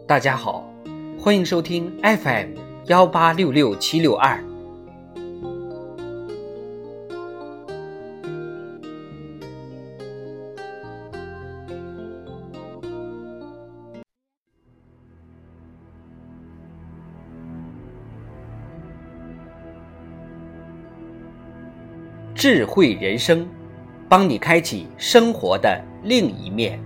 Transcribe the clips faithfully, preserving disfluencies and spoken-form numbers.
大家好，欢迎收听 F M 一八六六七六二。智慧人生，帮你开启生活的另一面。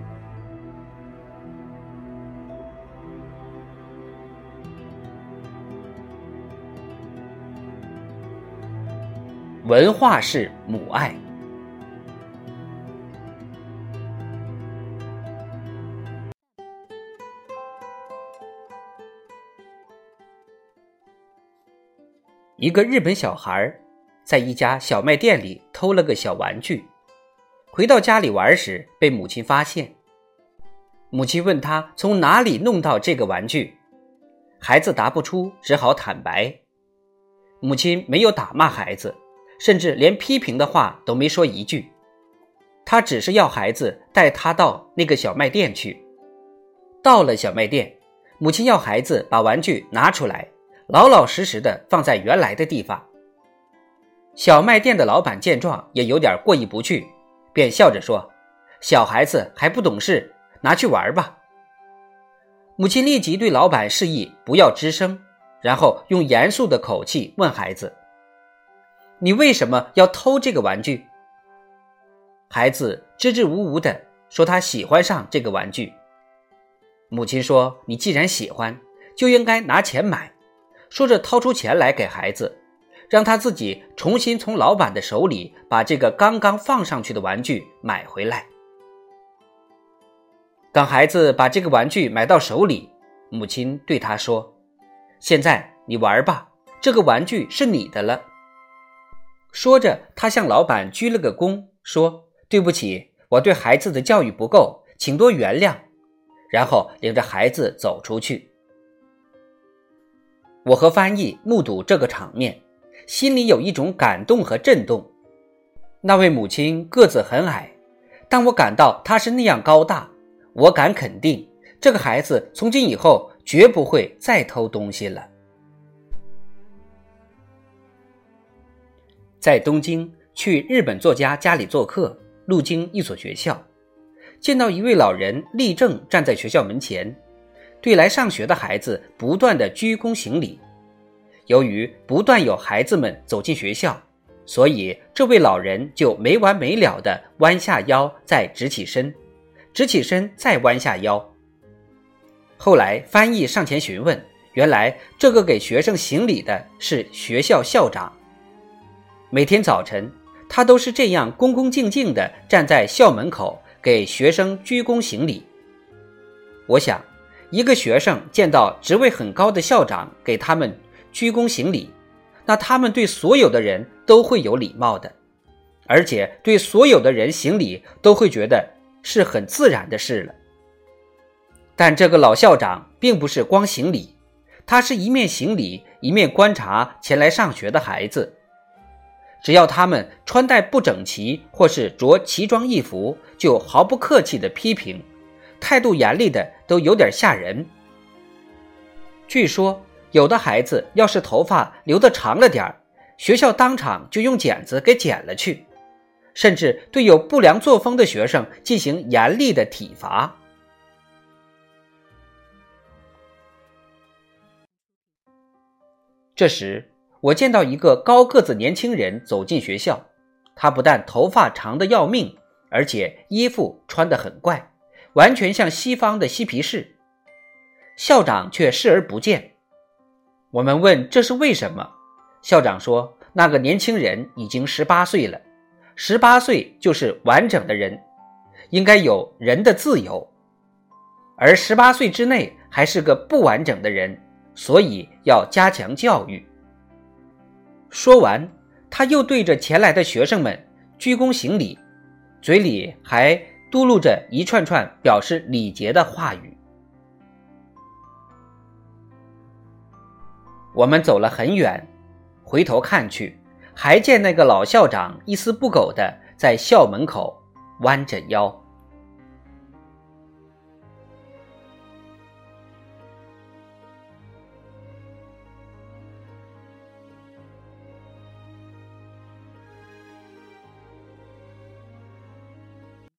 文化是母爱。一个日本小孩在一家小卖店里偷了个小玩具，回到家里玩时被母亲发现。母亲问他从哪里弄到这个玩具，孩子答不出，只好坦白。母亲没有打骂孩子，甚至连批评的话都没说一句，他只是要孩子带他到那个小卖店去。到了小卖店，母亲要孩子把玩具拿出来，老老实实地放在原来的地方。小卖店的老板见状也有点过意不去，便笑着说：小孩子还不懂事，拿去玩吧。母亲立即对老板示意不要吱声，然后用严肃的口气问孩子：你为什么要偷这个玩具？孩子支支吾吾地说他喜欢上这个玩具。母亲说：你既然喜欢，就应该拿钱买。说着掏出钱来给孩子，让他自己重新从老板的手里把这个刚刚放上去的玩具买回来。当孩子把这个玩具买到手里，母亲对他说：现在你玩吧，这个玩具是你的了。说着，他向老板鞠了个躬，说：对不起，我对孩子的教育不够，请多原谅。然后领着孩子走出去。我和翻译目睹这个场面，心里有一种感动和震动。那位母亲个子很矮，但我感到她是那样高大，我敢肯定，这个孩子从今以后绝不会再偷东西了。在东京去日本作家家里做客，路经一所学校，见到一位老人立正站在学校门前，对来上学的孩子不断地鞠躬行礼。由于不断有孩子们走进学校，所以这位老人就没完没了地弯下腰再直起身，直起身再弯下腰。后来翻译上前询问，原来这个给学生行礼的是学校校长。每天早晨，他都是这样恭恭敬敬地站在校门口给学生鞠躬行礼。我想，一个学生见到职位很高的校长给他们鞠躬行礼，那他们对所有的人都会有礼貌的，而且对所有的人行礼都会觉得是很自然的事了。但这个老校长并不是光行礼，他是一面行礼一面观察前来上学的孩子。只要他们穿戴不整齐或是着奇装异服，就毫不客气地批评，态度严厉的都有点吓人。据说有的孩子要是头发留得长了点，学校当场就用剪子给剪了去，甚至对有不良作风的学生进行严厉的体罚。这时我见到一个高个子年轻人走进学校，他不但头发长得要命，而且衣服穿得很怪，完全像西方的嬉皮士。校长却视而不见。我们问这是为什么，校长说那个年轻人已经十八岁了，十八岁就是完整的人，应该有人的自由，而十八岁之内还是个不完整的人，所以要加强教育。说完，他又对着前来的学生们鞠躬行礼，嘴里还嘟噜着一串串表示礼节的话语。我们走了很远，回头看去，还见那个老校长一丝不苟地在校门口弯着腰。